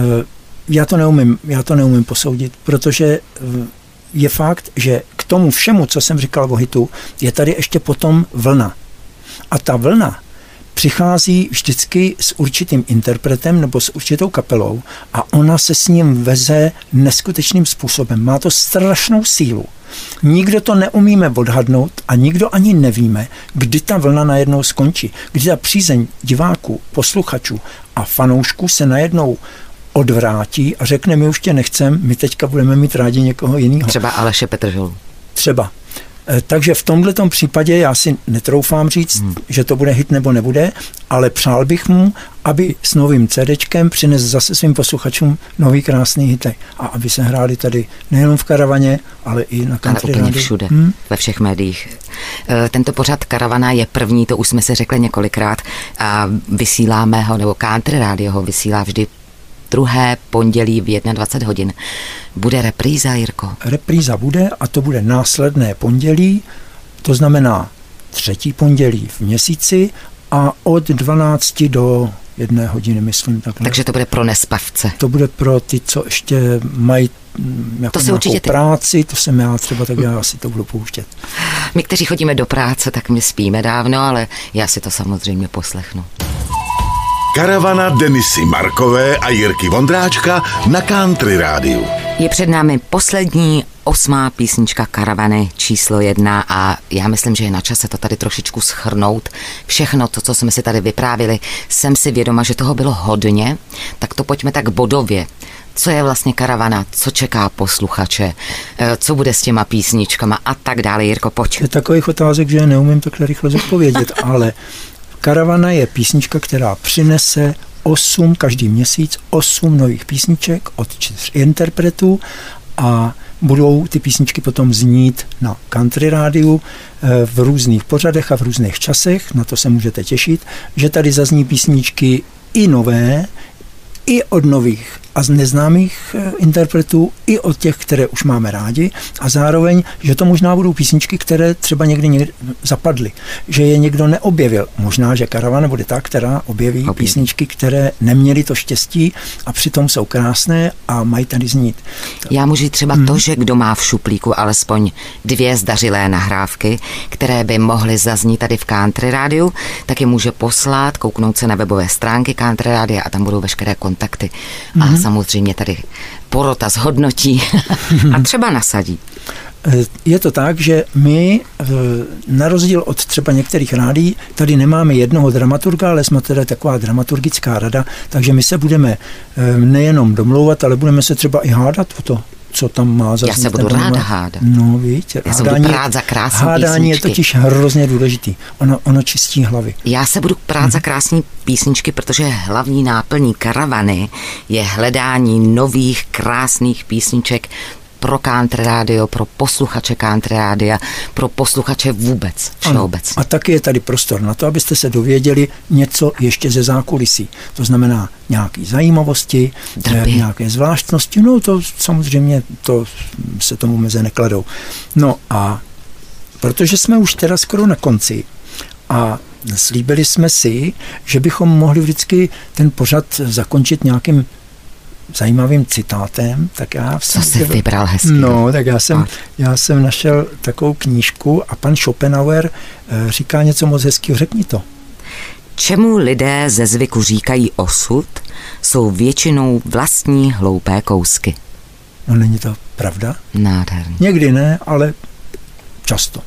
Já to neumím, já to neumím posoudit, protože je fakt, že k tomu všemu, co jsem říkal o hitu, je tady ještě potom vlna. A ta vlna přichází vždycky s určitým interpretem nebo s určitou kapelou a ona se s ním veze neskutečným způsobem. Má to strašnou sílu. Nikdo to neumíme odhadnout a nikdo ani nevíme, kdy ta vlna najednou skončí. Kdy ta přízeň diváků, posluchačů a fanoušků se najednou odvrátí a řekne, my už tě nechcem, my teďka budeme mít rádi někoho jiného. Třeba Aleše Petrželu. Třeba. Takže v tomhletom případě já si netroufám říct, hmm. že to bude hit nebo nebude, ale přál bych mu, aby s novým CDčkem přines zase svým posluchačům nový krásný hity. A aby se hráli tady nejenom v Karavaně, ale i na Country Ale úplně rádiu. všude, hmm? ve všech médiích. Tento pořad Karavana je první, to už jsme si řekli několikrát, a vysíláme ho, nebo Country rádio ho vysílá vždy druhé pondělí v dvacet jedna hodin. Bude repríza, Jirko? Repríza bude a to bude následné pondělí, to znamená třetí pondělí v měsíci a od dvanácti do jedné hodiny, myslím. Takhle. Takže to bude pro nespavce. To bude pro ty, co ještě mají jako to nějakou práci, to jsem já třeba, tak já asi to budu pouštět. My, kteří chodíme do práce, tak my spíme dávno, ale já si to samozřejmě poslechnu. Karavana Denisy Markové a Jirky Vondráčka na Country rádiu. Je před námi poslední osmá písnička Karavany číslo jedna a já myslím, že je na čase to tady trošičku shrnout. Všechno to, co jsme si tady vyprávili, jsem si vědoma, že toho bylo hodně, tak to pojďme tak bodově. Co je vlastně Karavana, co čeká posluchače, co bude s těma písničkama a tak dále. Jirko, pojď. Je takových otázek, že neumím takhle rychle zodpovědět, ale Karavana je písnička, která přinese osm, každý měsíc, osm nových písniček od čtyř interpretů a budou ty písničky potom znít na Country rádiu v různých pořadech a v různých časech, na to se můžete těšit, že tady zazní písničky i nové, i od nových a z neznámých interpretů, i od těch, které už máme rádi a zároveň, že to možná budou písničky, které třeba někdy, někdy zapadly, že je někdo neobjevil. Možná, že Karavana bude ta, která objeví Objeví. písničky, které neměly to štěstí a přitom jsou krásné a mají tady znít. Já můžu třeba hmm. to, že kdo má v šuplíku alespoň dvě zdařilé nahrávky, které by mohly zaznít tady v Country rádiu, tak je může poslat, kouknout se na webové stránky Country rádia a tam budou veškeré kontakty. Hmm. A samozřejmě tady porota zhodnotí a třeba nasadí. Je to tak, že my na rozdíl od třeba některých rádií tady nemáme jednoho dramaturga, ale jsme teda taková dramaturgická rada, takže my se budeme nejenom domlouvat, ale budeme se třeba i hádat o to, co tam má za. Já se budu ráda hádat. No, víte. Já se budu prát za krásný Hádání písničky. je totiž hrozně důležitý. Ono, ono čistí hlavy. Já se budu prát hmm. za krásný písničky, protože hlavní náplní Karavany je hledání nových krásných písniček pro Country rádio, pro posluchače Country rádia, pro posluchače vůbec, všeobecně. A taky je tady prostor na to, abyste se dověděli něco ještě ze zákulisí. To znamená nějaké zajímavosti, Drby. nějaké zvláštnosti, no to samozřejmě to se tomu meze nekladou. No a protože jsme už teda skoro na konci a slíbili jsme si, že bychom mohli vždycky ten pořad zakončit nějakým zajímavým citátem, tak já jsem... Co jsi vybral hezky? No, tak já jsem, já jsem našel takovou knížku a pan Schopenhauer e, říká něco moc hezkého, řekni to. Čemu lidé ze zvyku říkají osud, jsou většinou vlastní hloupé kousky. No není to pravda? Nádherný. Někdy ne, ale často.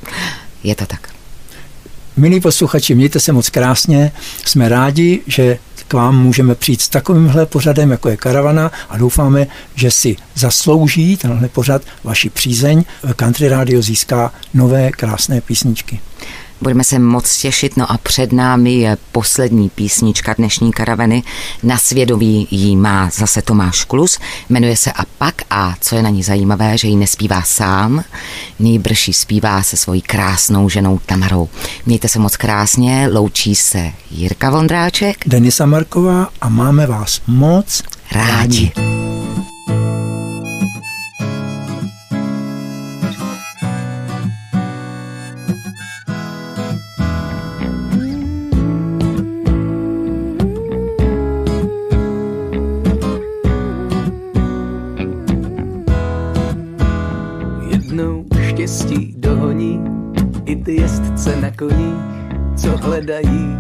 Je to tak. Milí posluchači, mějte se moc krásně, jsme rádi, že k vám můžeme přijít s takovýmhle pořadem, jako je Karavana a doufáme, že si zaslouží tenhle pořad vaši přízeň. Country rádio získá nové krásné písničky. Budeme se moc těšit, no a před námi je poslední písnička dnešní Karavany. Na svědomí jí má zase Tomáš Klus, jmenuje se A pak a co je na ní zajímavé, že ji nespívá sám, nýbrž ji zpívá se svojí krásnou ženou Tamarou. Mějte se moc krásně, loučí se Jirka Vondráček, Denisa Marková a máme vás moc rádi. rádi. Štěstí dohoní i ty jezdce na koních, co hledají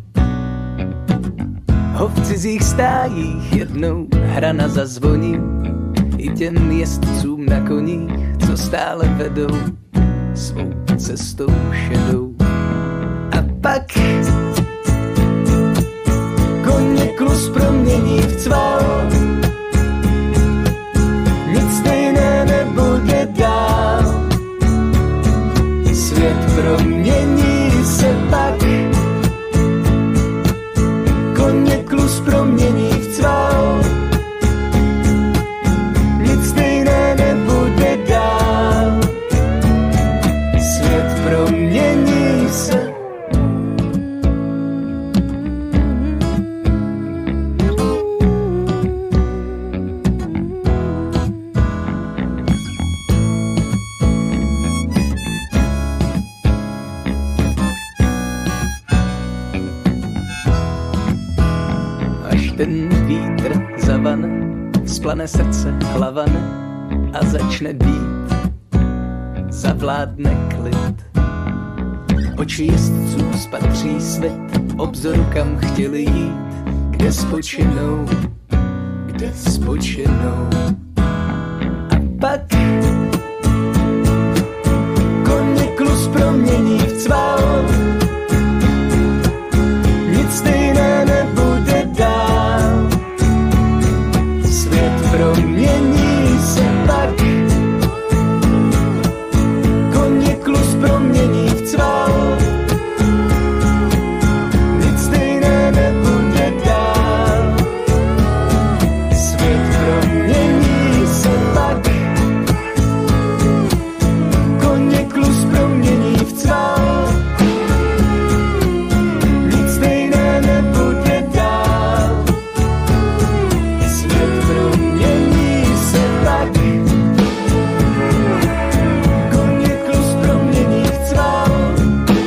ho v cizích stájích. Jednou hrana zazvoní i těm jezdcům na koních, co stále vedou svou cestou šedou. A pak koně Klus promění v cval, nic stejné nebude dál. až ten vítr zavane, splane srdce hlavane a začne být, zavládne klid. Oči jezdců spatří svět, obzoru kam chtěli jít, kde spočinou, kde spočinou. A pak koně klus promění v cval, nic stejné nebude dál. Svět promění se pak, koně klus promění v cval, nic stejné nebude dál. Svět promění se pak, koně klus promění v cval, nic stejné nebude dál. Svět promění se pak, koně klus promění v cval,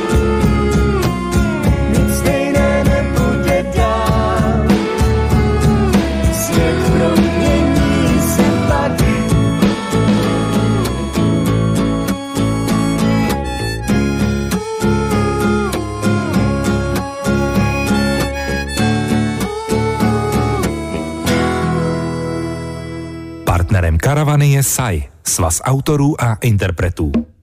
nic stejné nebude dál. Svět promění se pak. Partnerem karavany je S A I, Svaz autorů a interpretů.